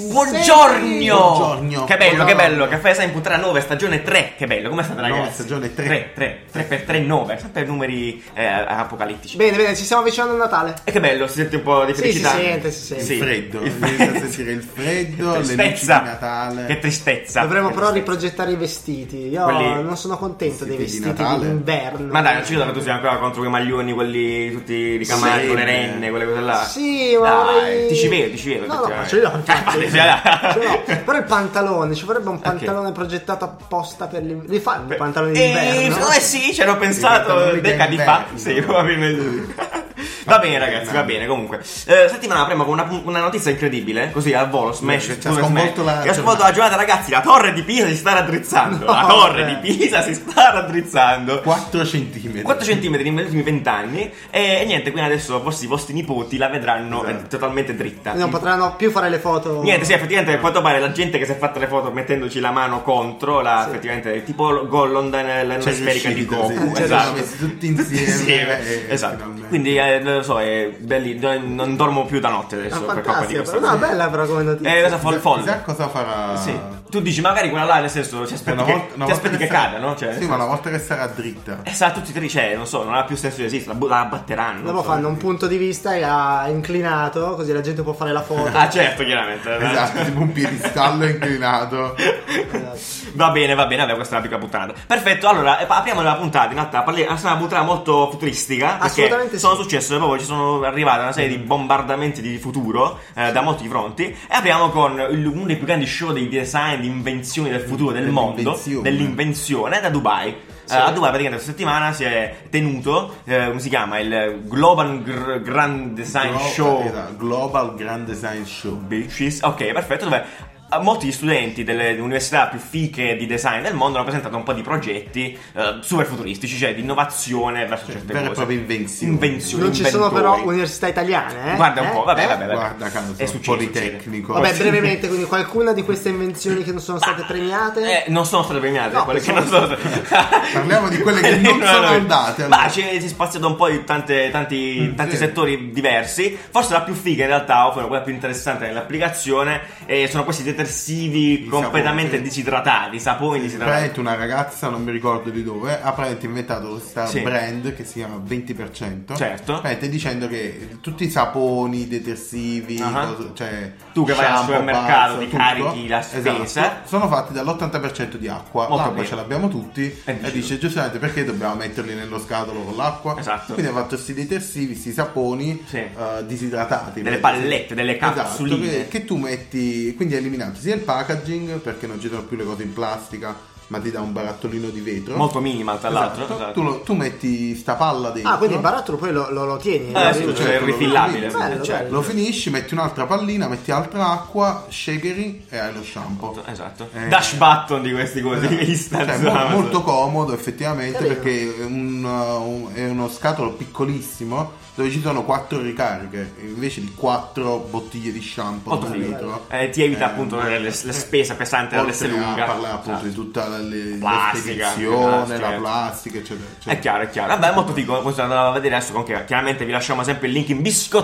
Buongiorno. Che bello, che bello. Buongiorno. Caffè Design puntata 9, stagione 3. Che bello, come state ragazzi? 9, stagione 3. 3 per 3, 9. Sempre numeri apocalittici. Bene, ci stiamo avvicinando a Natale. E che bello, si sente un po' di Sì, felicità. si sente. Sì. Il freddo, Il inizia a sentire il freddo, le luci di tristezza. Natale. Che tristezza. Dovremmo Che però tristezza. riprogettare i vestiti. Io Quelli- non sono contento dei vestiti di vestiti Natale. d'inverno. Ma dai, non ci vedo che tu sia ancora contro quei maglioni, quelli tutti ricamati Sì, con le renne, quelle cose là. Sì, ma dai, vorrei- ti ci vedo. No, ma effettivamente. ce li ho infatti. Sì, Ce l'ho. Però il pantalone, ci vorrebbe un pantalone progettato apposta per l'inverno. Li fai un pantalone d'inverno? Secondo me sì, ci hanno pensato pantaloni decadi d'inverno. fa. Sì, probabilmente. Va bene ragazzi, va bene comunque. Settimana prima con una notizia incredibile, così al volo, smash, Ci ha sconvolto la che ha sconvolto la giornata ragazzi, la torre di Pisa si sta raddrizzando. No, La torre beh. di Pisa si sta raddrizzando. 4 centimetri. 4 centimetri negli ultimi 20 anni e niente, quindi adesso forse i vostri nipoti la vedranno totalmente dritta. Non potranno più fare le foto. Niente, sì, effettivamente a quanto pare la gente che si è fatta le foto mettendoci la mano contro, effettivamente tipo Gollum nella C'è sferica di riuscito, Goku, sì. esatto. Messi tutti insieme. Esatto. finalmente. Quindi non lo so, è belli, non dormo più da notte adesso per colpa di Fantastico, questo. però. No, bella però come notizia. Cosa folle. Chissà cosa farà. Sì. Tu dici magari quella là nel senso ti aspetti che cada, no? Cioè, sì, ma una volta che sarà dritta. sa tutti e tre, cioè, non so, non ha più senso di esistere, la batteranno. Dopo non so. fanno un punto di vista e ha inclinato, così la gente può fare la foto. Ah certo, chiaramente. Esatto, tipo un piedistallo inclinato. Va bene, vabbè, questa è una piccola puntata. Perfetto, allora apriamo la puntata. In realtà è una puntata molto futuristica. Perché Assolutamente sì. sono successe proprio, ci sono arrivate una serie di bombardamenti di futuro da molti fronti. E apriamo con uno dei più grandi show di design, di invenzioni del futuro del mondo, dell'invenzione, da Dubai. A Dubai praticamente questa settimana si è tenuto, come si chiama, il Global Grand Design Show. Esatto, Global Grand Design Show. Bitches. Ok, perfetto, dove molti studenti delle università più fiche di design del mondo hanno presentato un po' di progetti super futuristici, cioè di innovazione verso certe Vere e cose. proprie invenzioni. Non ci sono però inventori. università italiane, Guarda un po', vabbè. Guarda caso, È successo, Politecnico. Vabbè, brevemente, quindi qualcuna di queste invenzioni che non sono state premiate? Non sono state premiate, No, quelle che non sono Parliamo di quelle che non sono andate. Ma si è spaziato un po' di tanti Sì. settori diversi. Forse la più figa in realtà, o quella più interessante nell'applicazione, sono questi detersivi completamente saponi, sì. disidratati, saponi disidratati. Praticamente una ragazza, non mi ricordo di dove, ha praticamente inventato questa Sì. brand che si chiama 20%. Certo. Praticamente dicendo che tutti i saponi, detersivi, cioè Tu che vai al shampoo, supermercato, base, ti tutto, carichi la spesa. esatto, sono fatti dall'80% di acqua. Molto L'acqua bene. ce l'abbiamo tutti e dice giustamente perché dobbiamo metterli nello scatolo con l'acqua. Esatto. Quindi ha fatto questi detersivi, questi saponi Sì. disidratati, Delle pallette, delle capsuline. esatto, che tu metti, quindi hai eliminato sia il packaging perché non ci sono più le cose in plastica ma ti dà un barattolino di vetro Molto minimal tra l'altro. Esatto. Tu metti sta palla dentro. Ah, quindi il barattolo poi lo tieni? Sì, certo, cioè, è rifillabile. Bello, Cioè, bello. lo finisci, metti un'altra pallina, metti altra acqua, shakeri e hai lo shampoo. Esatto. Dash button di questi cosi Cioè, molto comodo effettivamente Carino. perché è uno scatolo piccolissimo dove ci sono 4 ricariche invece di 4 bottiglie di shampoo Molto da figo. litro. Ti evita appunto le spese pesanti dall'essere Oltre a lunga. parlare appunto Esatto. di tutta la Plastica, spedizione, certo. la plastica eccetera, eccetera. È chiaro, è chiaro. Vabbè, è molto figo. Questo andate a vedere adesso. Comunque, chiaramente vi lasciamo sempre il link in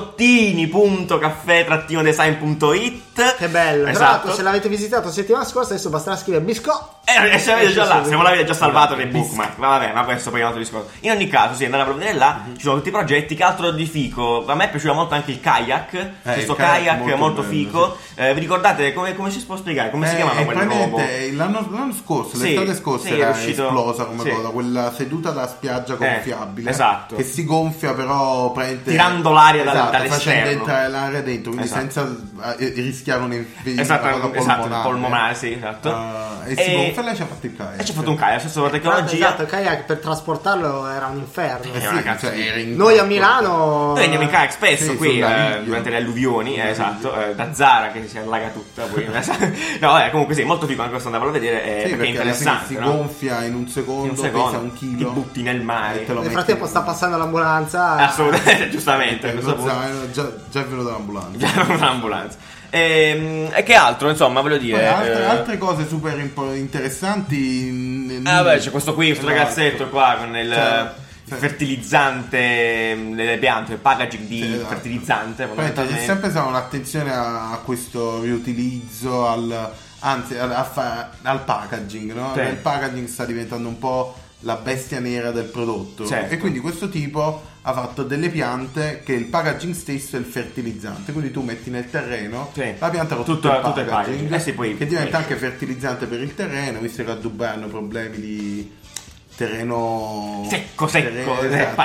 biscottini.caffè-design.it. Che bello. Tra Esatto. l'altro, se l'avete visitato settimana scorsa, adesso basterà scrivere biscotti. Se l'avete già là, se non l'avete già salvato nei Esatto. bookmark. Ma vabbè, ma questo poi è un altro discorso. In ogni caso, sì, andate a vedere là. Ci sono tutti i progetti. Che altro di fico? A me è piaciuto molto anche il kayak. Questo il kayak kayak molto molto bello, fico. Vi ricordate come si può spiegare? Come si chiamano quelle nuove? praticamente l'anno scorso, Sì, l'estate scorsa sì, è era uscito- esplosa come sì. cosa, quella seduta da spiaggia gonfiabile, esatto. che si gonfia però praticamente Tirando l'aria facendo dall'esterno. entrare l'aria dentro, quindi Esatto. senza rischiare un'infezione Esatto, polmonare, sì, esatto. E si gonfia, lei ci ha fatto il kayak. E ci ha fatto un kayak, adesso la tecnologia. Esatto, il kayak per trasportarlo era un inferno. Eh sì, una cazzo cioè, di- era in Noi a campo. Milano. Noi andiamo in kayak spesso Sì, qui sul naviglio. durante le alluvioni, esatto, da Zara che si allaga tutta. Poi, no, vabbè, comunque sì, molto figo anche questo andavamo a vedere Sì, perché è perché alla fine interessante. si no? gonfia in un secondo, In un secondo, pesa un chilo, ti butti nel mare. e te lo Nel metti frattempo sta passando l'ambulanza. Assolutamente, giustamente. a lo questo punto. zaino, già è venuta l'ambulanza. Già non un'ambulanza. E che altro, insomma, voglio dire. Poi altre cose super interessanti. Vabbè, c'è questo qui, questo ragazzetto qua con il. Cioè, fertilizzante nelle piante, il packaging di esatto. fertilizzante. C'è sempre stata un'attenzione a questo riutilizzo, al packaging, no? Sì. Il packaging sta diventando un po' la bestia nera del prodotto, certo. E quindi questo tipo ha fatto delle piante che il packaging stesso è il fertilizzante, quindi tu metti nel terreno la pianta con tutto il packaging, poi, che diventa anche fertilizzante per il terreno, visto che a Dubai hanno problemi di terreno secco, esatto,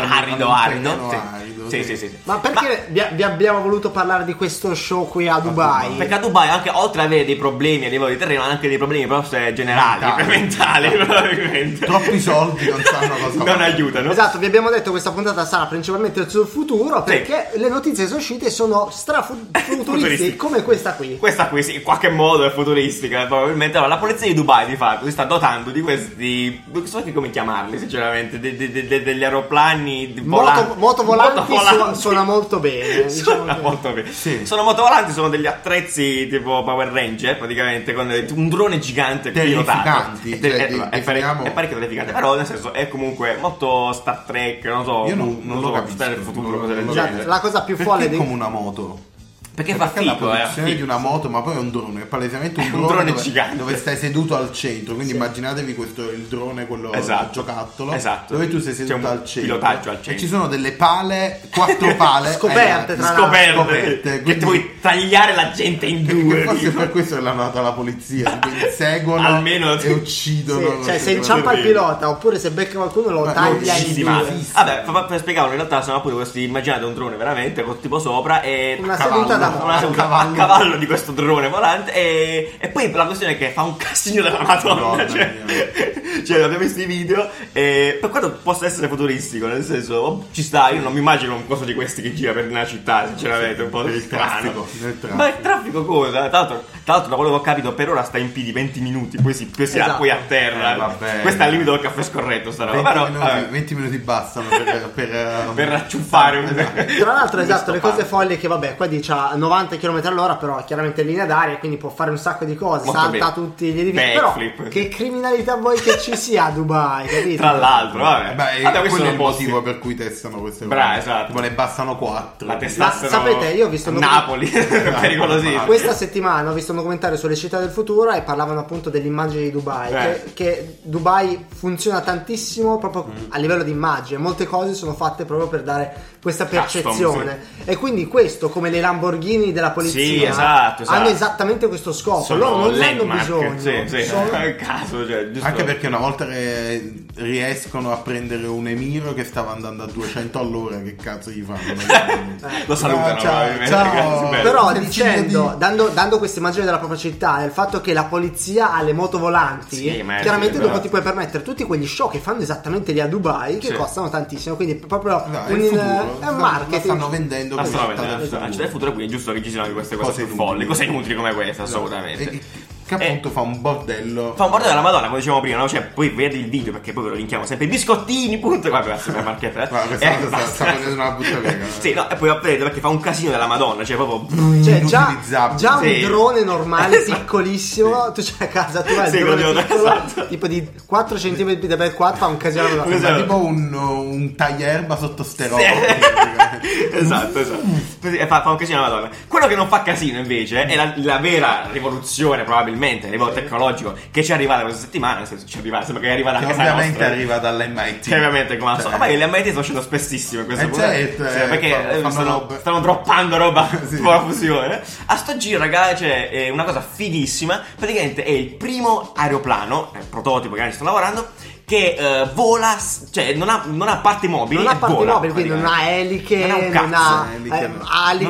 arido. Sì. Ma perché vi abbiamo voluto parlare di questo show qui a Dubai? Perché a Dubai, anche oltre ad avere dei problemi a livello di terreno, anche dei problemi proprio generali, mentali, probabilmente. Troppi soldi non sanno cosa non aiutano. Esatto, vi abbiamo detto che questa puntata sarà principalmente sul futuro, perché le notizie che sono uscite sono strafuturistiche come questa qui. Questa qui sì, in qualche modo è futuristica, probabilmente. Allora, la polizia di Dubai di fatto si sta dotando di questi, non so che come chiamarli sinceramente, degli aeroplani motovolanti. Suona molto bene, suona molto bene. Sì. Sono motovolanti, sono degli attrezzi tipo Power Ranger praticamente, con un drone gigante pilotato. È parecchio terrificante, però nel senso è comunque molto Star Trek, non so, io non lo capisco, Star del futuro, cose del genere. genere. La cosa più folle è come una moto. Perché fa figo, la produzione di una moto, ma poi è un drone, è palesemente un drone gigante dove stai seduto al centro, quindi immaginatevi il drone, quello giocattolo, dove tu sei seduto al centro, pilotaggio al centro, e ci sono delle pale, 4 pale scoperte, scoperte che puoi tagliare la gente in due. Forse per questo che l'hanno data la polizia, quindi seguono almeno e uccidono. Cioè se inciampa il pilota oppure se becca qualcuno lo taglia in due. Vabbè, per spiegarlo, in realtà sono appunto questi, immaginate un drone veramente con tipo sopra e una seduta da a cavallo di questo drone volante, e poi la questione è che fa un casino della Madonna, cioè abbiamo visto i video, e per quanto possa essere futuristico, nel senso ci sta, io non mi immagino un coso di questi che gira per una città, sinceramente, un po' del traffico. Ma il traffico cosa? Tra l'altro da quello che ho capito per ora sta in piedi 20 minuti, poi poi a terra, questo è al limite del caffè scorretto sta roba, 20 minuti bastano per acciuffare tra l'altro esatto, le cose folli che vabbè qua dice 90 km all'ora, però chiaramente in linea d'aria, quindi può fare un sacco di cose, molto salta bene. Tutti gli edifici, però che criminalità vuoi che ci sia a Dubai, capito? Tra l'altro questo è il motivo per cui testano queste cose, esatto. Tipo ne bastano 4. La sapete, io ho visto Napoli pericolosissimo. Questa settimana ho visto un documentario sulle città del futuro e parlavano appunto dell'immagine di Dubai, che Dubai funziona tantissimo proprio a livello di immagine, molte cose sono fatte proprio per dare questa percezione, e quindi questo, come le Lamborghini della polizia, esatto. hanno esattamente questo scopo, loro non ne hanno bisogno, caso, anche perché una volta che riescono a prendere un emiro che stava andando a 200 all'ora, che cazzo gli fanno? Lo salutano, ciao. Però dicendo, dando questa immagine della propria città, del fatto che la polizia ha le moto volanti, chiaramente dopo ti puoi permettere tutti quegli show che fanno esattamente lì a Dubai, che costano tantissimo, quindi proprio è un marketing, la stanno vendendo come città del futuro, quindi è giusto che ci siano queste cose folli, cose inutili come questa, assolutamente. Che appunto fa un bordello alla Madonna, come dicevamo prima, no? Cioè poi vedi il video, perché poi ve lo linkiamo sempre, biscottini, punto, guarda, supermarket, sta prendendo una buttalega. Sì, no, e poi vedete perché fa un casino della Madonna, cioè proprio già un drone normale piccolissimo, tu c'hai a casa, tu hai il drone piccolo, tipo di 4 cm per 4, fa un casino della Madonna, tipo un taglierba sotto steroidi. Esatto. Fa un casino della Madonna. Quello che non fa casino invece è la vera rivoluzione, probabilmente a livello tecnologico, che ci è arrivata questa settimana, nel senso ci è arrivata, sembra che è arrivata anche ovviamente arriva dall'MIT, che ovviamente come al solito, ma l'MIT sta uscendo spessissimo in questo punto, perché stanno droppando roba tipo la fusione. A sto giro, ragazzi, c'è una cosa fighissima, praticamente è il primo aeroplano, prototipo che sto lavorando, che vola, cioè non ha parti mobili, quindi non ha eliche, non ha ali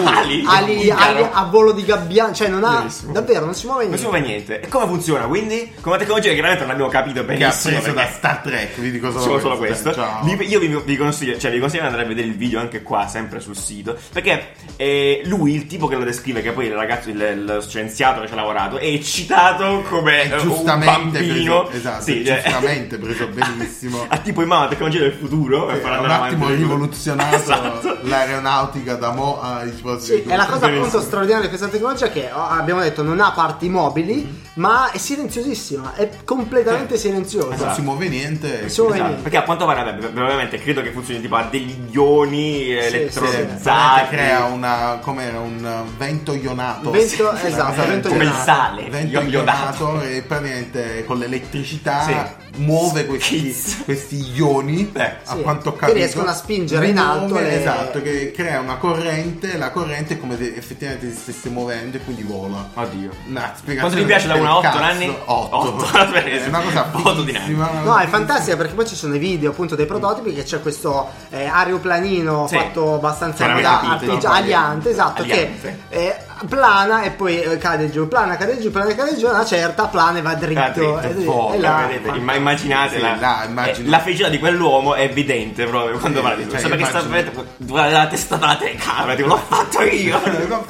a volo di gabbiano, cioè non ha davvero, non si muove niente. E come funziona quindi? Come tecnologia che chiaramente non abbiamo capito benissimo, che ha preso da Star Trek, vi dico solo questo. Io vi consiglio di andare a vedere il video anche qua, sempre sul sito, perché lui, il tipo che lo descrive, che poi il ragazzo, lo scienziato che ci ha lavorato, è eccitato come un bambino, giustamente veramente preso benissimo. Ha tipo in mano la tecnologia del futuro per fare un attimo rivoluzionato esatto. l'aeronautica da mo' ai sì, è la cosa appunto straordinaria di questa tecnologia che abbiamo detto non ha parti mobili, ma è silenziosissima, è completamente silenziosa. Non si muove niente. Esatto. Perché a quanto pare ovviamente credo che funzioni tipo a degli ioni elettronizzati. Crea un vento ionato. Esatto, vento come il sale. Vento ionato e praticamente con l'elettricità muove questi ioni a quanto ho capito, che riescono a spingere in alto esatto, che crea una corrente, la corrente è come se effettivamente si stesse muovendo e quindi vola. Oddio, spiegazione. quanto ti piace da 1 a 8 anni? 8 è una cosa fotodinamica. No, è fantastica perché poi ci sono i video appunto dei prototipi che c'è questo aeroplanino fatto abbastanza aliante, esatto, che plana e poi cade giù, cade giù, una certa plana e va dritto, immaginate la felicità di quell'uomo è evidente proprio quando parla di questo, perché sta la testata alla telecamera, tipo l'ho fatto io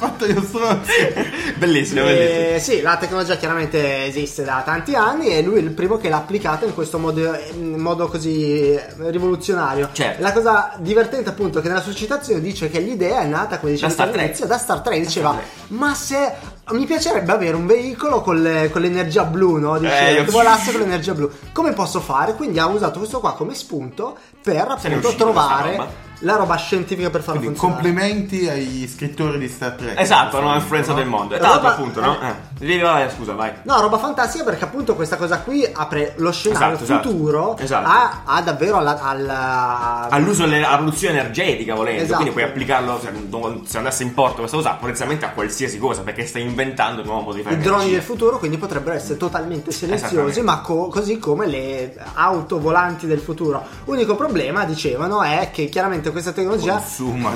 bellissimo. Sì, la tecnologia chiaramente esiste da tanti anni e lui è il primo che l'ha applicata in questo modo così rivoluzionario. La cosa divertente appunto che nella sua citazione dice che l'idea è nata, come dicevi all'inizio, da Star Trek. Diceva ma se mi piacerebbe avere un veicolo con l'energia blu, no? Dice che volasse con l'energia blu, come posso fare? Quindi ha usato questo qua come spunto per appunto trovare la roba scientifica per farlo funzionare. Complimenti agli scrittori di Star Trek. Esatto, hanno influenzato il mondo. Esatto, appunto, no? Scusa, vai. No, roba fantastica perché appunto questa cosa qui apre lo scenario futuro a davvero all'uso della produzione energetica, volendo. Quindi puoi applicarlo, se andasse in porto questa cosa, potenzialmente a qualsiasi cosa, perché stai inventando un nuovo modo di fare i droni del futuro, quindi potrebbero essere totalmente silenziosi, ma così come le auto volanti del futuro. Unico problema, dicevano, è che chiaramente questa tecnologia consuma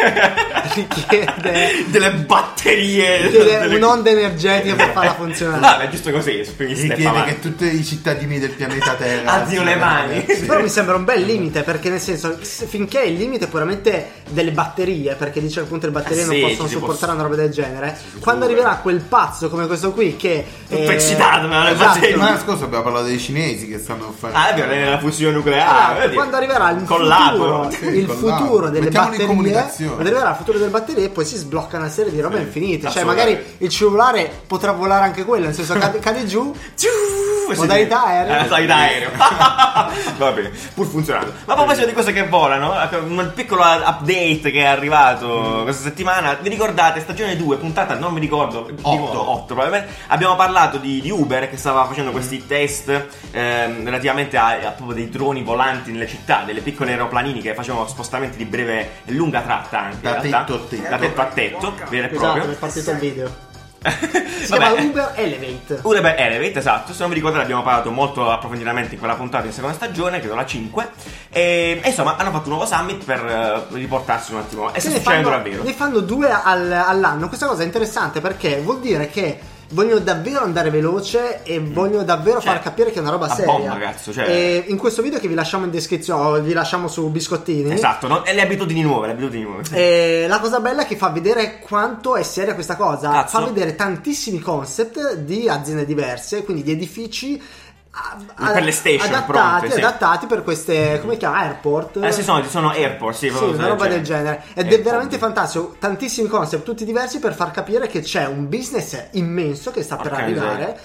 richiede delle batterie, un'onda energetica per farla funzionare. No, è giusto così. Richiede che tutti i cittadini del pianeta Terra alzino le mani. Però mi sembra un bel limite, perché nel senso, finché il limite è puramente delle batterie, perché dice che appunto le batterie non possono sopportare una roba del genere, quando arriverà quel pazzo come questo qui che tutto excitato la settimana scorsa abbiamo parlato dei cinesi che stanno a fare la fusione nucleare, quando arriverà il futuro delle batterie, quando arriverà il futuro delle batterie e poi si sblocca una serie di robe infinite, cioè magari il cellulare potrà volare anche quello, nel senso cade giù modalità aereo va bene, pur funzionando. Ma a proposito di cose che volano, un piccolo update che è arrivato questa settimana. Vi ricordate, stagione 2, puntata non mi ricordo, 8 probabilmente, abbiamo parlato di Uber che stava facendo questi test relativamente a proprio dei droni volanti nelle città, delle piccole aeroplanini che facevano spostamenti di breve e lunga tratta, anche da tetto a tetto, vero e proprio. È partito il video. Si chiama Uber Elevate, esatto. Se non mi ricordo l'abbiamo parlato molto approfonditamente in quella puntata in seconda stagione, credo la 5. E insomma hanno fatto un nuovo summit per riportarsi un attimo. E sta succedendo davvero. Ne fanno 2 all'anno. Questa cosa è interessante perché vuol dire che vogliono davvero andare veloce e vogliono davvero far capire che è una roba seria. Bomba, ragazzo, e in questo video che vi lasciamo in descrizione, vi lasciamo su Biscottini. Esatto, no? E le abitudini nuove. E la cosa bella è che fa vedere quanto è seria questa cosa. Fa vedere tantissimi concept di aziende diverse, quindi di edifici per le station adattati per queste, come chiama, airport. Sono airport, una roba del genere. Ed è veramente fantastico, tantissimi concept tutti diversi per far capire che c'è un business immenso che sta per arrivare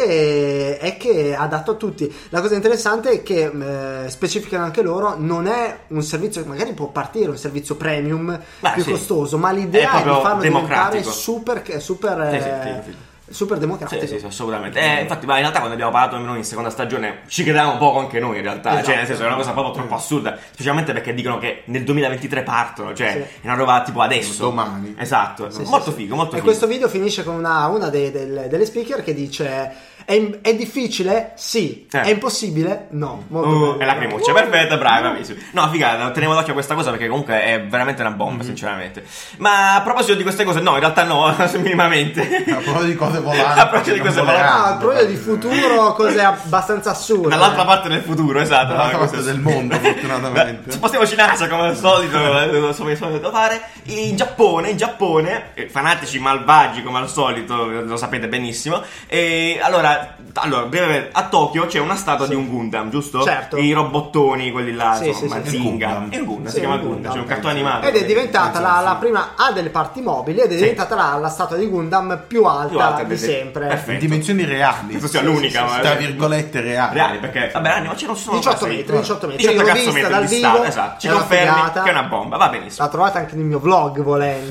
e che è adatto a tutti. La cosa interessante è che specificano anche loro, non è un servizio che magari può partire un servizio premium più costoso, ma l'idea è di farlo diventare super democratico. Sì, assolutamente. Infatti, in realtà, quando abbiamo parlato noi in seconda stagione, ci credevamo poco anche noi, in realtà. Esatto. Cioè, nel senso, è una cosa proprio troppo assurda. Specialmente perché dicono che nel 2023 partono. Cioè, è una roba tipo adesso. Domani. Esatto. Molto figo, molto figo. E questo video finisce con una delle speaker che dice: È difficile? Sì. È impossibile? No. È lacrimuccia. Perfetto, bravissimo. No, figata, teniamo d'occhio a questa cosa perché comunque è veramente una bomba, sinceramente. Ma a proposito di queste cose, no, in realtà no, minimamente. A proposito di cose volanti. A proposito di cose volanti. A proposito di futuro, cose abbastanza assurde. Dall'altra parte del futuro, esatto. Dall'altra parte del mondo, fortunatamente. Spostiamoci NASA come al solito, solito fare. In Giappone, fanatici malvagi come al solito, lo sapete benissimo. E allora allora, brevemente, a Tokyo c'è una statua di un Gundam, giusto? Certo. I robottoni, quelli là, Sì, insomma, sì, Zinga. È un Gundam, si chiama Gundam, c'è un cartone animato. Ed è diventata la prima, ha delle parti mobili ed è diventata la statua di Gundam più alta di sempre. Perfetto. In dimensioni reali. Questo sia l'unica, ma tra virgolette reali. Perché vabbè, ma ce non sono 18 metri. 18 Io l'ho cazzo vista metri dal di vivo, statua, esatto. Ci è una confermi figata. che è una bomba, va benissimo. La trovate anche nel mio vlog volendo.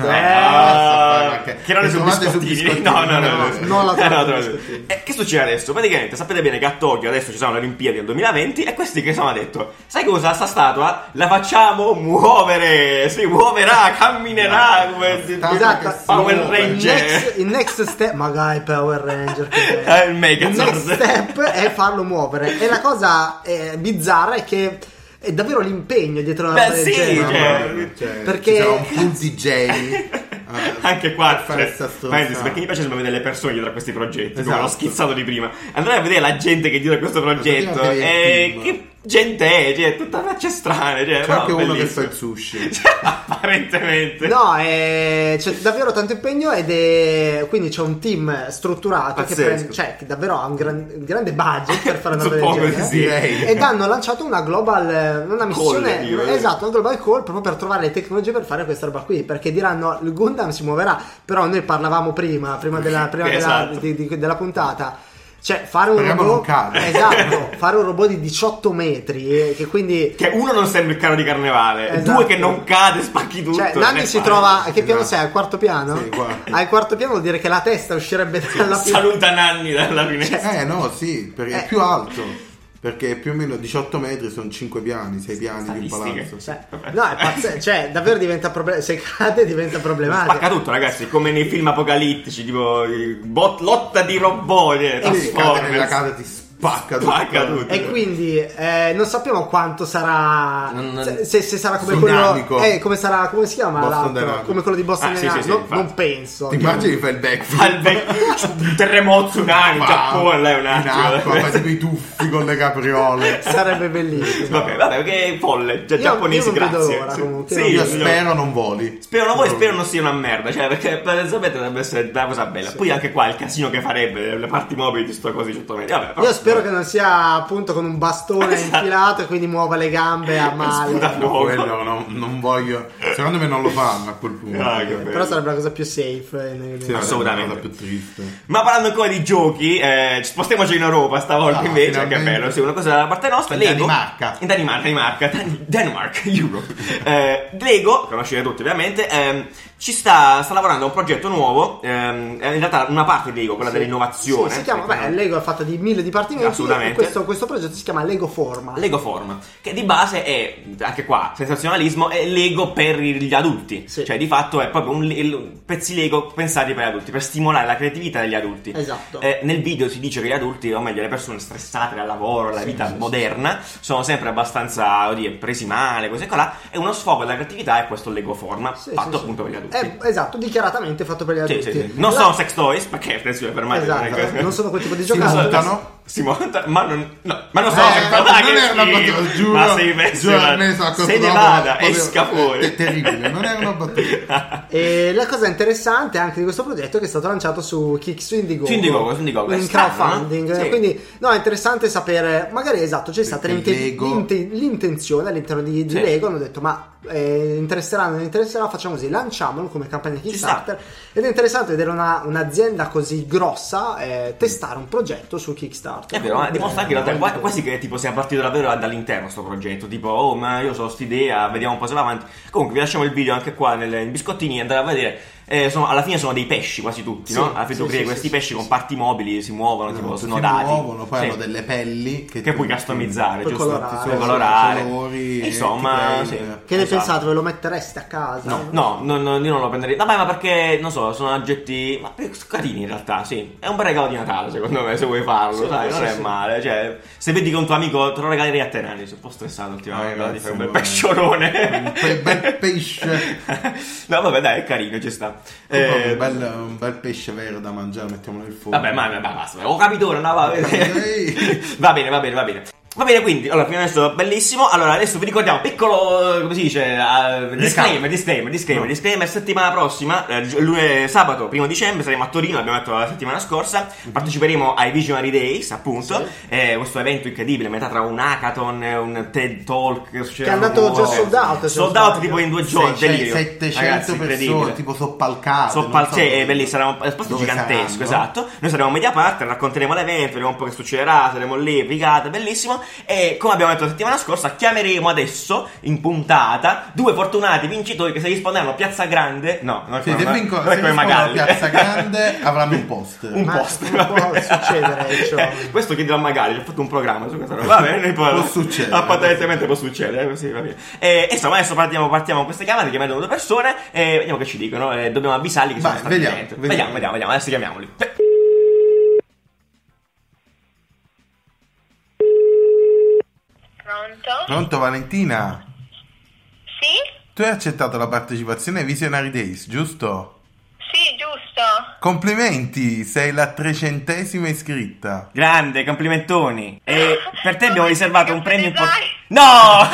Che non è su biscottini. No, non la trovate. Che succede adesso? Praticamente sapete bene che a Tokyo adesso ci sono le Olimpiadi del 2020 e questi che sono hanno detto: sai cosa? Sta statua la facciamo muovere, si muoverà, camminerà come esatto, Power Ranger. Il next step, magari Power Ranger. Il next step è farlo muovere. E la cosa bizzarra è che è davvero l'impegno dietro una cosa del genere. Perché c'era un full DJ. Anche qua perché mi piace sempre vedere le persone dietro a questi progetti, come esatto. l'ho schizzato di prima. Andare a vedere la gente che dietro a questo progetto e che gente è, cioè, tutta facce strane, cioè, c'è anche uno che fa il sushi. Apparentemente no, c'è davvero tanto impegno quindi c'è un team strutturato che davvero ha un grande budget per fare una cosa del genere, ed hanno lanciato una missione esatto, una global call proprio per trovare le tecnologie per fare questa roba qui, perché diranno il Gundam si muoverà, però noi parlavamo prima esatto. della puntata. Cioè fare un robot esatto, fare un robot di 18 metri che quindi che uno non sembra il carro di carnevale, esatto. Due che non cade, spacchi tutto. Cioè Nanni si trova a che piano sei? Al quarto piano? Sì, al quarto piano vuol dire che la testa uscirebbe dalla saluta Nanni dalla finestra. No, sì, perché è più alto. Perché più o meno 18 metri sono 5 piani, 6 piani di un palazzo. No, è pazzesco, cioè davvero diventa se cade diventa problematico. Spacca tutto, ragazzi, come nei film apocalittici, tipo lotta di robot, cade nella casa ti spacca tutto. E quindi non sappiamo quanto sarà se sarà come Tsunamico. quello come si chiama l'altro? Come quello di Boston Dynamics. Non penso. Ti immagini fa il backflip. Un terremoto, tsunami, Giappone, lei un attimo. In acqua, fa tipo i tuffi con le capriole. Sarebbe bellissimo. Vabbè, che è folle. Giapponesi, grazie. Io spero non voli. Spero non sia una merda, cioè, perché potenzialmente dovrebbe essere una cosa bella. Poi anche qua il casino che farebbe le parti mobili di sto cose 18 metri. Io spero che non sia appunto con un bastone infilato e quindi muova le gambe a male. Quello non voglio. Secondo me non lo fanno a quel punto. Però sarebbe la cosa più safe. Assolutamente. Più triste. Ma parlando ancora di giochi, spostiamoci in Europa stavolta invece. Che bello, sì, una cosa dalla parte nostra. In Lego. Danimarca, Europe. Lego, conoscete tutti ovviamente. Ci sta lavorando a un progetto nuovo. In realtà una parte di Lego, quella dell'innovazione. Si chiama Lego è fatta di 1000 dipartimenti. Assolutamente. Questo progetto si chiama Lego Forma. Lego Forma, che di base è, anche qua, sensazionalismo, è Lego per gli adulti. Sì. Cioè di fatto è proprio pezzi Lego pensati per gli adulti, per stimolare la creatività degli adulti. Esatto. Nel video si dice che gli adulti, o meglio le persone stressate dal lavoro, dalla vita moderna, sono sempre abbastanza presi male, così e là, e uno sfogo della creatività è questo Lego Forma, fatto appunto per gli adulti. Esatto, dichiaratamente fatto per gli adulti. Sì. Non sono sex toys, perché attenzione per me. Esatto, non sono quel tipo di giocattolo. Si montano, ma non so se ma sei messo, se ne vada, esca fuori. È terribile, non è una battuta. E la cosa interessante anche di questo progetto è che è stato lanciato su Indiegogo in crowdfunding, sì. Quindi è interessante sapere, magari c'è stata l'intenzione all'interno di Lego, hanno detto ma interesserà, non interesserà, facciamo così, lanciamolo come campagna Kickstarter. Ed è interessante vedere un'azienda così grossa testare un progetto su Kickstarter. È vero, ma dimostra anche in realtà quasi che tipo sia partito davvero dall'interno sto progetto, tipo ma io so st'idea, vediamo un po' se va avanti. Comunque vi lasciamo il video anche qua nei biscottini, andate a vedere. Alla fine sono dei pesci quasi tutti, no? Alla fine tu crei questi pesci con parti mobili, si muovono, tipo snodati. Si muovono, poi hanno delle pelli che puoi customizzare, puoi giusto? Colorare. Colori, insomma, che ne pensate? Ve lo mettereste a casa? No, io non lo prenderei. Vabbè, ma perché non so, sono oggetti carini in realtà, sì. È un bel regalo di Natale, secondo me, se vuoi farlo, sai, non è male. Cioè, se vedi che un tuo amico te lo regalerei a te, Nanni, sono un po' stressato ultimamente, ti fai un bel pesciolone. Un bel pesce. No, vabbè, dai, è carino, ci sta. Un bel pesce vero da mangiare, mettiamolo nel forno. Vabbè, ma basta, ho capito ora, no, va bene. Va bene. Va bene, quindi, allora, prima adesso bellissimo. Allora, adesso vi ricordiamo, piccolo, come si dice, disclaimer, settimana prossima, sabato 1 dicembre, saremo a Torino, l'abbiamo detto la settimana scorsa, parteciperemo ai Visionary Days, appunto, questo evento incredibile, metà tra un hackathon, un TED Talk, che è andato già sold out tipo in 2 giorni, 700 persone, tipo soppalcate, bellissimo, sarà un spazio gigantesco, esatto. Noi saremo media partner, racconteremo l'evento, vediamo un po' che succederà, saremo lì, brigate, bellissimo. E come abbiamo detto la settimana scorsa, chiameremo adesso in puntata 2 fortunati vincitori che se risponderanno Piazza Grande, no, non è come Magalli, Piazza Grande avranno un post. Può succedere, cioè. Questo chiederò a Magalli, ho fatto un programma su questa roba. Va bene, può succedere. Apparentemente può succedere, così va bene. E insomma, adesso partiamo con queste chiamate, chiamiamo 2 persone e vediamo che ci dicono. Dobbiamo avvisarli che sono stati dentro. Vediamo, adesso chiamiamoli. Pronto Valentina? Sì? Tu hai accettato la partecipazione ai Visionary Days, giusto? Sì, giusto. Complimenti, sei la 300esima iscritta. Grande, complimentoni. E per te abbiamo riservato un premio importante. No!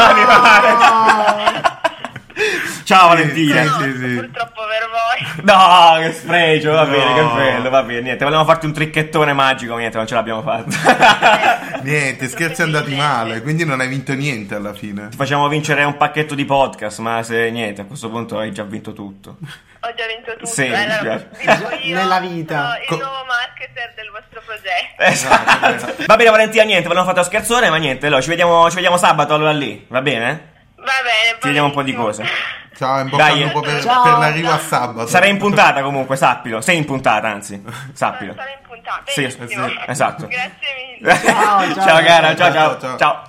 Ciao Valentina. Sì. Purtroppo per voi. No, che sfregio, va bene, che bello, va bene. Niente, volevamo farti un tricchettone magico, niente, non ce l'abbiamo fatto. Niente, scherzi andati male, quindi non hai vinto niente alla fine. Ti facciamo vincere un pacchetto di podcast, ma se niente, a questo punto hai già vinto tutto. Ho già vinto tutto. Sì, io nella vita. Il nuovo marketer del vostro progetto. Esatto. Va bene Valentina, niente, volevamo fare lo scherzone, ma niente, allora ci vediamo sabato allora lì, va bene? Va bene. Ci vediamo un po' di cose. Ciao, in bocca al lupo per l'arrivo a sabato. Sarai in puntata comunque, sappilo. Sei in puntata, anzi, sappilo. Sarò in puntata. Sì, esatto. Grazie mille. Ciao cara, ciao.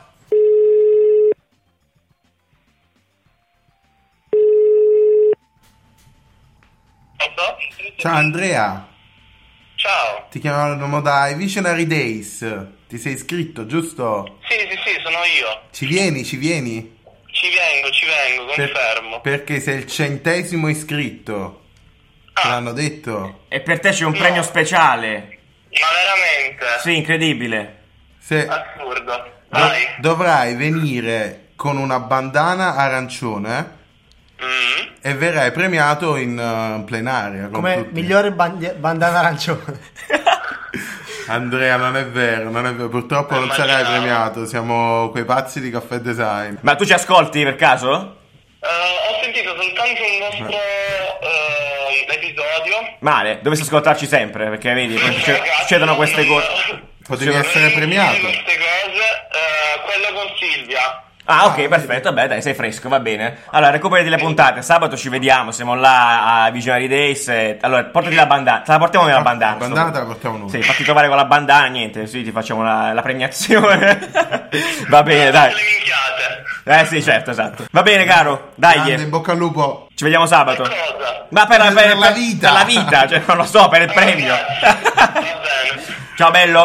Ciao Andrea. Ciao. Ti chiamavamo dai Visionary Days. Ti sei iscritto, giusto? Sì, sono io. Ci vieni? Ci vengo, confermo. Perché sei il 100esimo iscritto. Te l'hanno detto? E per te c'è un premio speciale. Ma veramente? Sì, incredibile. Assurdo. Dai. Dovrai venire con una bandana arancione e verrai premiato in plenaria. Come migliore bandana arancione. Andrea, non è vero, purtroppo non sarai premiato, siamo quei pazzi di Caffè Design. Ma tu ci ascolti per caso? Ho sentito soltanto il vostro episodio. Male, dovresti ascoltarci sempre, perché vedi, succedono queste cose. Potevi essere premiato. Queste cose, quello con Silvia. Ah, ok, perfetto, vabbè, dai, sei fresco, va bene. Allora, recuperati le puntate, sabato ci vediamo, siamo là a Visionary Days. Allora, portati la bandana, te la portiamo nella bandana. La bandana te la portiamo noi. Sì, fatti trovare con la bandana, niente, sì, ti facciamo la premiazione. Va bene, dai. Le minchiate. Sì, certo, esatto. Va bene, caro, dai. Grande, in bocca al lupo. Ci vediamo sabato. Cosa? Ma per la vita. Per la vita, cioè, non lo so, per il premio. Va bene. Ciao, bello.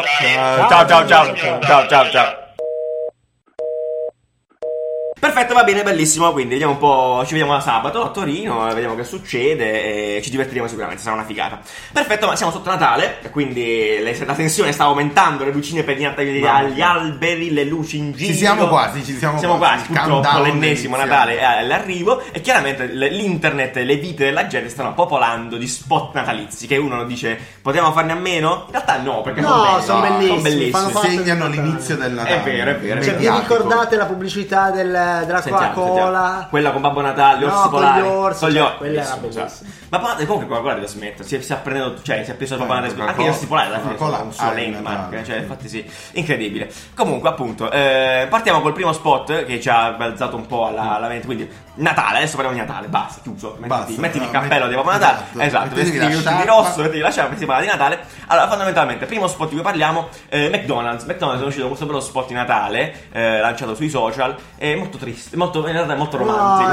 Ciao. Perfetto, va bene, bellissimo. Quindi vediamo un po'. Ci vediamo sabato a Torino, vediamo che succede. E ci divertiremo sicuramente, sarà una figata. Perfetto, ma siamo sotto Natale. Quindi la tensione sta aumentando. Le lucine per gli alberi, le luci in giro. Ci siamo quasi. Purtroppo l'ennesimo Natale è all'arrivo. E chiaramente l'internet e le vite della gente stanno popolando di spot natalizi. Che uno dice, potevamo farne a meno? In realtà no, perché sono bellissimi. Segnano l'inizio del Natale. È vero. Cioè, vi ricordate la pubblicità della Coca-Cola, quella con Babbo Natale, gli orsi polari, con gli orsi, quella era bellissima. Ma comunque Coca-Cola deve smettere, si è appreso, cioè si è preso proprio anche gli orsi polari alla fine sono un suo landmark, cioè infatti sì, incredibile. Comunque appunto partiamo col primo spot che ci ha balzato un po' alla mente, quindi Natale, adesso parliamo di Natale, basta, chiuso, mettiti il cappello di Babbo Natale, esatto, vestiti di rosso, mettiti la sciarpa, si parla di Natale. Allora fondamentalmente primo spot di cui parliamo, McDonald's è uscito con questo bello spot di Natale lanciato sui social, è molto triste, in realtà è molto romantico.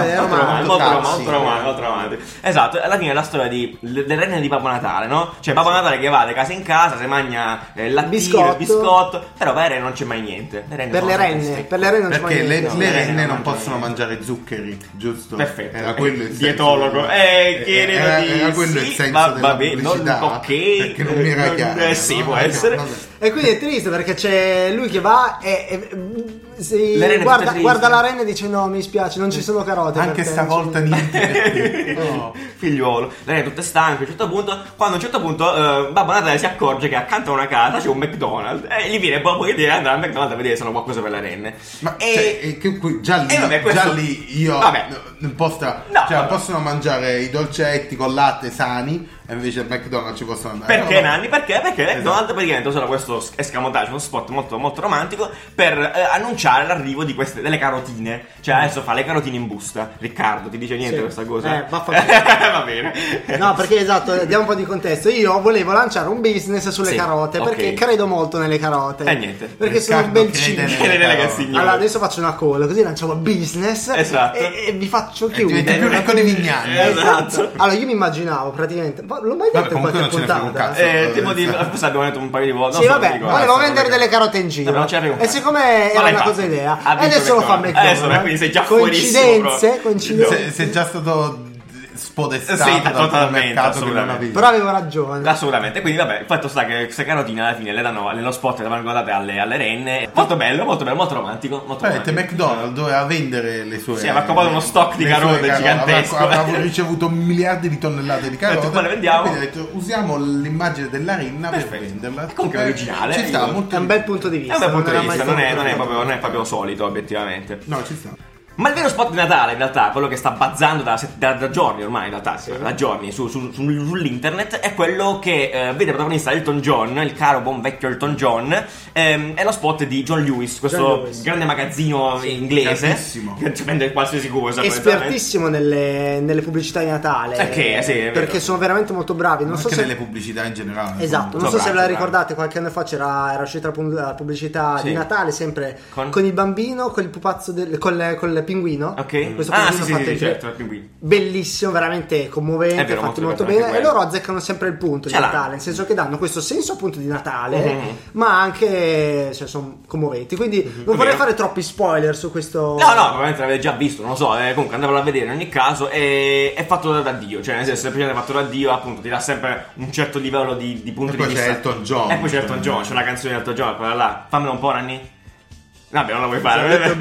Molto romantico. Esatto, alla fine è la storia le renne di Babbo Natale, no? Cioè Babbo Natale che va di casa in casa, si mangia il biscotto, però per le renne non c'è mai niente. Per le renne non c'è mai niente. Perché le renne non possono mangiare zuccheri, giusto? Perfetto. Era quello il dietologo. Era quello il senso della pubblicità. Ok. Perché non mi era chiaro. Sì, può essere. E quindi è triste perché c'è lui che va e guarda la renna e dice no, mi spiace, non ci sono carote. Anche stavolta niente. No, figliuolo. Le renne tutte stanche a un certo punto Babbo Natale si accorge che accanto a una casa c'è un McDonald's e gli viene proprio di andare al McDonald's a vedere se hanno qualcosa per le renne. Ma già lì io non possono mangiare i dolcetti con latte sani. E invece al McDonald's ci possono andare. Perché Nanni? Perché McDonald's praticamente usa questo escamotage, uno spot molto molto romantico per annunciare l'arrivo delle carotine. Cioè adesso fa le carotine in busta. Riccardo, ti dice niente questa cosa? Va bene. No, perché esatto, diamo un po' di contesto. Io volevo lanciare un business sulle carote perché credo molto nelle carote. Niente. Perché sono un bel cibo. Allora adesso faccio una call, così lanciamo business. Esatto. E vi faccio chiudere. Diventa più ricco di Vignani. Esatto. Allora io mi immaginavo praticamente. L'ho mai detto in qualche puntata? Forse abbiamo detto un paio di volte. Sì, vabbè, volevo vendere delle carote in giro. E siccome era una cosa idea, adesso lo fa McDonald's. Quindi sei già coincidenze. Sei già stato spodestato totalmente, però avevo ragione, assolutamente. Quindi vabbè, il fatto sta che queste carotine alla fine le danno nello spot, le vengono date alle renne. Molto bello, molto romantico. McDonald's doveva vendere le sue, aveva comprato uno stock di carote gigantesco, aveva ricevuto miliardi di tonnellate di carote, poi le vendiamo, quindi ha detto usiamo l'immagine della renna per venderla. Comunque è originale, ci sta, è un bel punto di vista, non è proprio solito obiettivamente. No, ci sta. Ma il vero spot di Natale, in realtà, quello che sta bazzando da giorni ormai, in realtà, da giorni sull'internet, è quello che vede protagonista Elton John, il caro buon vecchio Elton John. È lo spot di John Lewis, questo grande magazzino inglese che ci vende qualsiasi cosa. Espertissimo nelle pubblicità di Natale. Perché sono veramente molto bravi. Non so se nelle pubblicità in generale. Esatto, non so se ve la ricordate, qualche anno fa era uscita la pubblicità di Natale, sempre con il bambino, con il pupazzo col pinguino. Ok. Questo pinguino certo, il pinguino. Bellissimo, veramente commovente, fatti molto bene. E loro azzeccano sempre il punto di Natale, nel senso che danno questo senso appunto di Natale, ma anche sono commoventi. Quindi non vorrei fare troppi spoiler su questo. No, probabilmente l'avete già visto, non lo so. Comunque andavolo a vedere in ogni caso. È fatto da Dio, cioè nel senso, semplicemente fatto da Dio, appunto, ti dà sempre un certo livello di punto di vista. C'è Elton John. E poi c'è Elton John, c'è una canzone di Elton John, quella là. Fammela un po', Nanni. Vabbè, non la vuoi fare.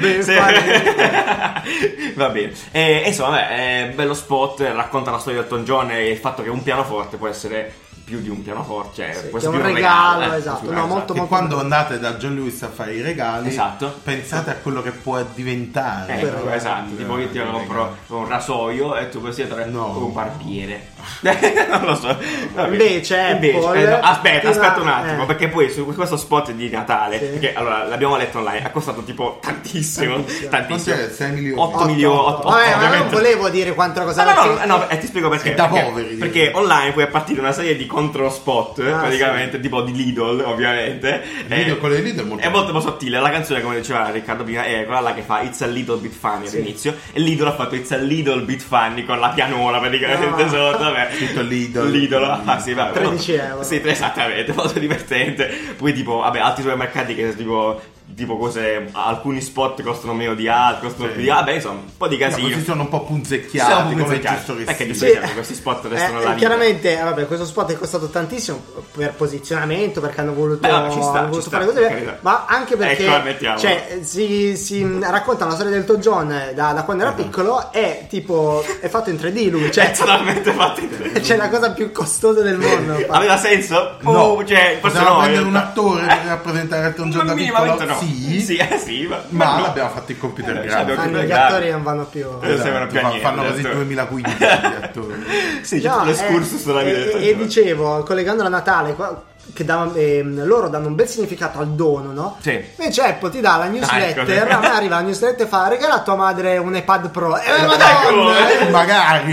Va bene. E insomma, è bello spot, racconta la storia di Elton John e il fatto che un pianoforte può essere più di un pianoforte, cioè è un regalo, esatto. Molto, molto quando andate da John Lewis a fare i regali, pensate a quello che può diventare. Esatto, tipo io ti compro un rasoio e tu così un barbiere. Non lo so. Invece aspetta un attimo, perché poi su questo spot di Natale, perché allora l'abbiamo letto online, ha costato tipo tantissimo. 6 milioni. 8 milioni. Ma non volevo dire quanto cosa. No, ti spiego perché. Da poveri. Perché online poi è partita una serie di contro spot, praticamente, tipo di Lidl, ovviamente. Quello di Lidl è molto sottile. La canzone, come diceva Riccardo prima, è quella là che fa It's a Little Bit Funny all'inizio. E Lidl ha fatto It's a Little Bit Funny con la pianola praticamente sotto. Tutto Lidl. Sì, vabbè, 13 euro. Sì, esattamente, molto divertente. Poi tipo, altri supermercati che tipo cose, alcuni spot costano meno di altri, costano più di altri, insomma, un po' di casino. Così sono un po' punzecchiati, come giusto che perché giustamente questi spot restano la vita. Chiaramente, questo spot è costato tantissimo per posizionamento, perché hanno voluto fare così, ma anche perché si racconta la storia del Elton John da quando era piccolo, è fatto in 3D lui, è totalmente fatto in 3D. C'è la cosa più costosa del mondo. Aveva senso? No, forse prendere un attore per rappresentare Elton John da piccolo? No. Sì, ma l'abbiamo fatto in computer grafico. Gli attori non vanno più. Fanno così 2015 gli attori. Sì, c'è tutto l'escursus sulla vita. E dicevo, collegando a Natale, loro danno un bel significato al dono, no? Sì. Invece Apple ti dà la newsletter, ecco. a me arriva la newsletter e fa regala a tua madre un iPad Pro. Magari.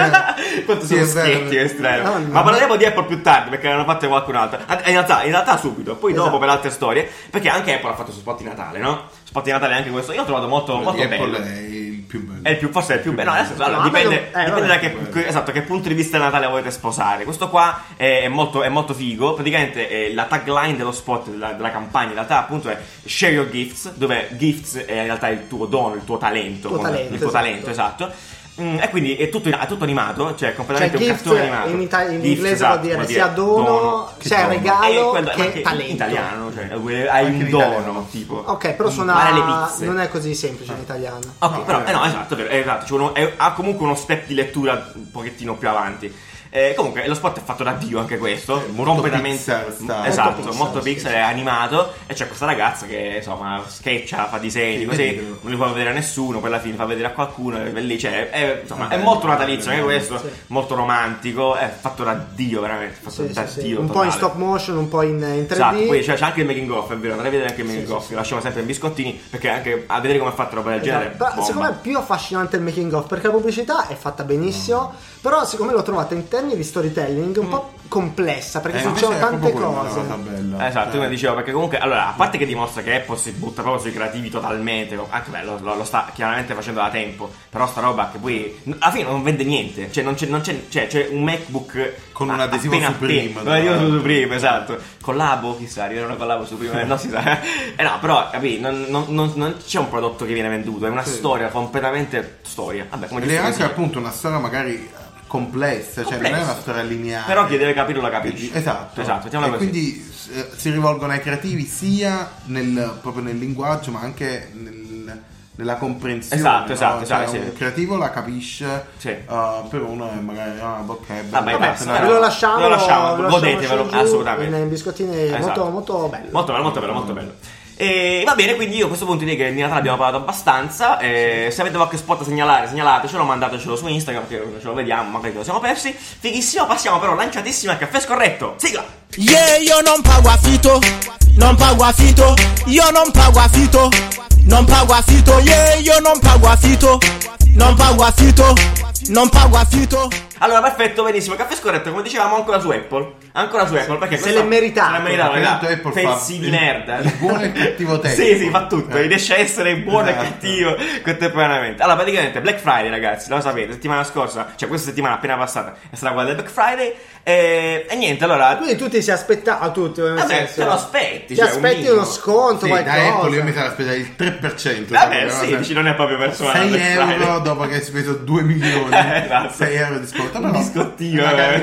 Quanto sono schietti estremi. Ma parleremo di Apple più tardi perché l'hanno fatto qualcun altro. In realtà subito, poi dopo per altre storie, perché anche Apple ha fatto su spot di Natale, no? Spot di Natale anche questo io ho trovato molto bello. È il più bello. Forse è il più bello. No, adesso, allora, dipende da che punto di vista del Natale volete sposare. Questo qua è molto figo. Praticamente la tagline dello spot della campagna in realtà appunto è Share Your Gifts, dove gifts è in realtà il tuo dono, il tuo talento, il tuo talento, esatto. E quindi è tutto animato, cioè completamente un cartone animato. In inglese vuol dire sia dono, cioè regalo che talento. In italiano, cioè hai un dono tipo. Ok, però non è così semplice in italiano. Ok, però esatto, ha comunque uno step di lettura un pochettino più avanti. Comunque lo spot è fatto da Dio anche questo, completamente molto pixel, è animato e c'è questa ragazza che insomma sketcha, fa disegni così, non li fa vedere a nessuno, poi alla fine fa vedere a qualcuno e lì è molto natalizio anche questo, molto romantico, è fatto da Dio veramente, Dio un totale. po' in stop motion, un po' in 3D. Esatto, poi c'è anche il making of, è vero, andrei a vedere anche il making of, lasciamo sempre in biscottini perché anche a vedere come è fatta roba del genere. Però secondo me è più affascinante il making of perché la pubblicità è fatta benissimo, però siccome l'ho trovata in termini di storytelling un po' complessa perché succedono tante cose. Esatto, come dicevo, perché comunque allora a parte che dimostra che Apple si butta proprio sui creativi totalmente, anche lo sta chiaramente facendo da tempo, però sta roba che poi alla fine non vende niente, cioè c'è un MacBook con un adesivo Supreme, esatto, collabo, chissà, arriverà una collabo Supreme, non si sa. No, però capì, non c'è un prodotto che viene venduto, è una storia completamente storia. Vabbè, come è anche appunto una storia magari complessa, cioè non è una storia lineare. Però chi deve capirlo la capisce. Esatto. E quindi si rivolgono ai creativi sia proprio nel linguaggio, ma anche nella comprensione. Esatto, cioè, un creativo la capisce, per uno è magari ve lo lasciamo, godetevelo assolutamente. In biscottini, molto bello. Molto bello. E va bene, quindi io a questo punto direi che di Natale abbiamo parlato abbastanza. Se avete qualche spot da segnalatecelo, mandatecelo su Instagram che ce lo vediamo, magari che lo siamo persi. Fighissimo, passiamo però lanciatissimo al caffè scorretto. Sigla! Yeah, io non pago affitto, io non pago affitto, yeah, io non pago affitto. Allora, perfetto, benissimo. Caffè scorretto, come dicevamo, ancora su Apple perché se l'è meritato. Apple pezzi di merda. Il buono e il cattivo tecnico. Sì, fa tutto. Riesce a essere buono e cattivo contemporaneamente. Allora, praticamente Black Friday, ragazzi, lo sapete, settimana scorsa, cioè questa settimana appena passata è stata quella del Black Friday. E niente, allora. Quindi tutti si aspettavano, tutti. Vabbè, te lo aspetti. Ti aspetti uno sconto, qualcosa. Da Apple io mi sarei aspettato il 3%. Vabbè, sì, dici non è proprio personale. 6 euro dopo che hai speso 2 milioni. 6 euro di sconto. Un biscottino,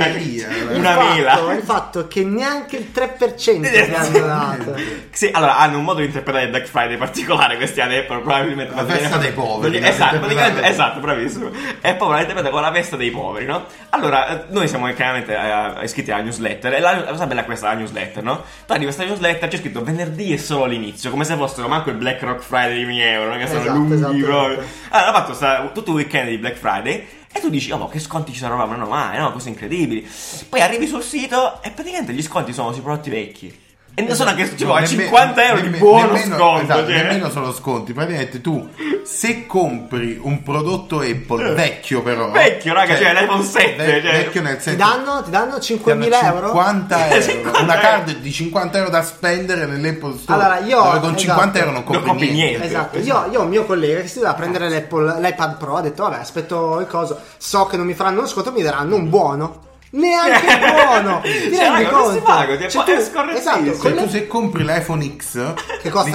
una mela. Il fatto che neanche il 3% ti hanno dato. Sì, allora hanno un modo di interpretare il Black Friday particolare questi ad Apple, probabilmente la festa dei poveri. Esatto, bravissimo. Apple la interpreta con la festa dei poveri, no? Allora, noi siamo chiaramente iscritti alla newsletter e la cosa bella è questa, la newsletter, no? Tu arrivi a questa newsletter, c'è scritto venerdì è solo l'inizio, come se fossero manco il Black Rock Friday di 1.000 euro, che sono lunghi proprio. Allora hanno fatto tutto il weekend di Black Friday e tu dici, che sconti ci saranno mai, no? Cose incredibili. Poi arrivi sul sito e praticamente gli sconti sono sui prodotti vecchi. E non sono che a 50 euro di buono sconto. Esatto, nemmeno sono sconti. Praticamente tu, se compri un prodotto Apple vecchio, però vecchio, raga, cioè l'iPhone 7, vecchio nel senso, ti danno 5.000 euro. 50 euro. Una card di 50 euro da spendere nell'Apple Store. Allora, io con 50 euro non compri niente. Esatto. Io ho un mio collega che si doveva prendere l'iPad Pro, ha detto vabbè, aspetto il coso, so che non mi faranno uno sconto, mi daranno un buono. Neanche buono, ti rendi conto? Esatto, se compri l'iPhone X che costa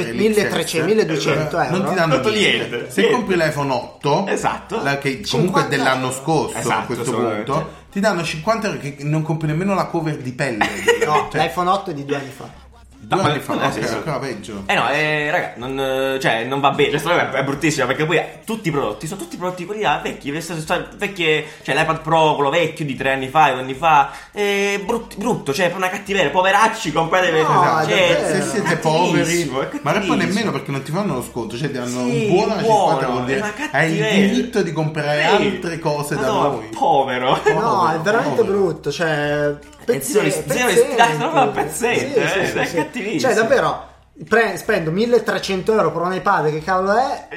1.300 euro, non ti danno niente. Se compri l'iPhone 8, che comunque è dell'anno scorso a questo punto, ti danno 50 euro che non compri nemmeno la cover di pelle. No, l'iPhone 8 è di 2 anni fa. 2 anni fa, ancora peggio. Raga, non va bene. Questa è bruttissima perché poi tutti i prodotti sono tutti prodotti quelli là vecchi, vecchie, cioè l'iPad Pro, quello vecchio di 3 anni fa, 2 anni fa, brutto, cioè per una cattiveria, poveracci, comprate se siete poveri, ma poi nemmeno perché non ti fanno lo sconto, cioè ti danno un buono a 50, vuol dire hai il diritto di comprare altre cose da noi. Povero. No, è veramente brutto, cioè pezzetti. È cattivissimo. Cioè davvero spendo 1.300 euro per un iPad, che cavolo è?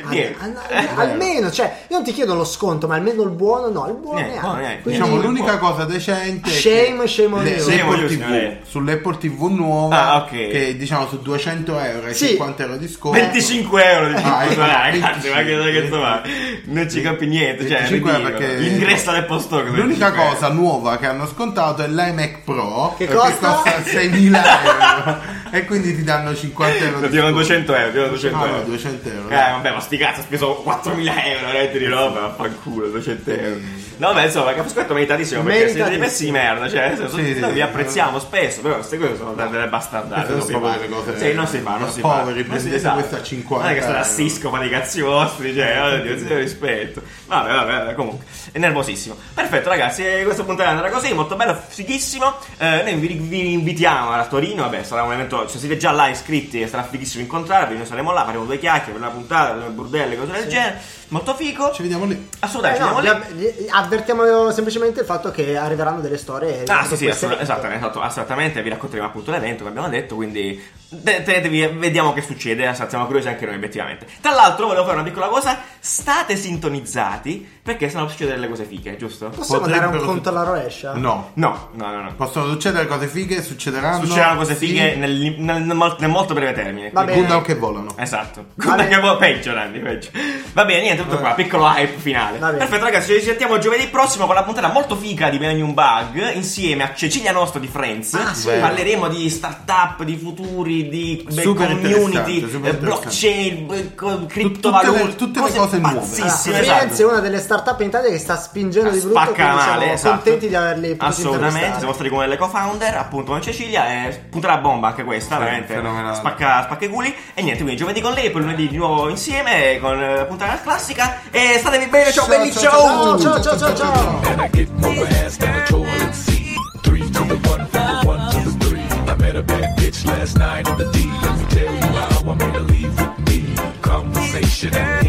Almeno, cioè io non ti chiedo lo sconto, ma almeno il buono neanche. Diciamo l'unica cosa decente shame on you. sull'Apple TV nuova, che diciamo su 200 euro e 50 euro di sconto, 25 euro di sconto, ragazzi, ma che va? Non ci capi niente, cioè perché l'ingresso del posto. L'unica cosa nuova che hanno scontato è l'iMac Pro, che costa 6.000 euro e quindi ti danno 50 euro. Ti danno 200 euro. 200 euro. Vabbè, ma sti cazzo, ho speso 4.000 euro di roba, vaffanculo, 200 euro. No, beh, insomma, Capospetto meritatissimo, perché siete dei pezzi di merda, cioè noi vi apprezziamo spesso, però queste cose sono delle bastardate. Non si fa. Poveri, prendete questa a 50. Non è che state a Cisco, fate i cazzi vostri, cioè, oddio, zero rispetto. Vabbè, comunque, è nervosissimo. Perfetto, ragazzi, questa puntata andrà così, molto bello, fighissimo. Noi vi invitiamo a Torino, vabbè, sarà un evento, se siete già là iscritti, sarà fighissimo incontrarvi, noi saremo là, faremo 2 chiacchiere per una puntata, burdelle, cose del genere. Molto figo. Ci vediamo lì. Assolutamente. Avvertiamo semplicemente il fatto che arriveranno delle storie. Esattamente. Vi racconteremo appunto l'evento, come abbiamo detto. Quindi tenetevi, vediamo che succede. Siamo curiosi anche noi, obiettivamente. Tra l'altro, volevo fare una piccola cosa. State sintonizzati perché stanno succedere delle cose fighe, giusto? Possiamo dare un conto alla rovescia? No. Possono succedere cose fighe, succederanno cose fighe nel molto breve termine. Gundam che volano. Esatto. Gundam che volano. Peggio. Va bene, niente, tutto qua. Piccolo hype finale. Perfetto, ragazzi, ci sentiamo giovedì prossimo con la puntata molto figa di Millennium Bug insieme a Cecilia Nostro di Friends. Parleremo di startup, di futuri, di community, blockchain, criptovalute, tutte le cose nuove. Friends è una delle startup in Italia che sta spingendo di brutto, spacca male, siamo contenti di averli assolutamente. Siamo stati come le co-founder, appunto con Cecilia, e punterà bomba anche questa, veramente spacca i culi. E niente, quindi giovedì con lei, poi lunedì di nuovo insieme con la puntata classica. E statevi bene, ciao belli, ciao. And I get more ass than a toilet seat. 3 to the 1, from the 1 to the 3. I met a bad bitch last night in the D. Let me tell you how I made her leave with me. Conversation.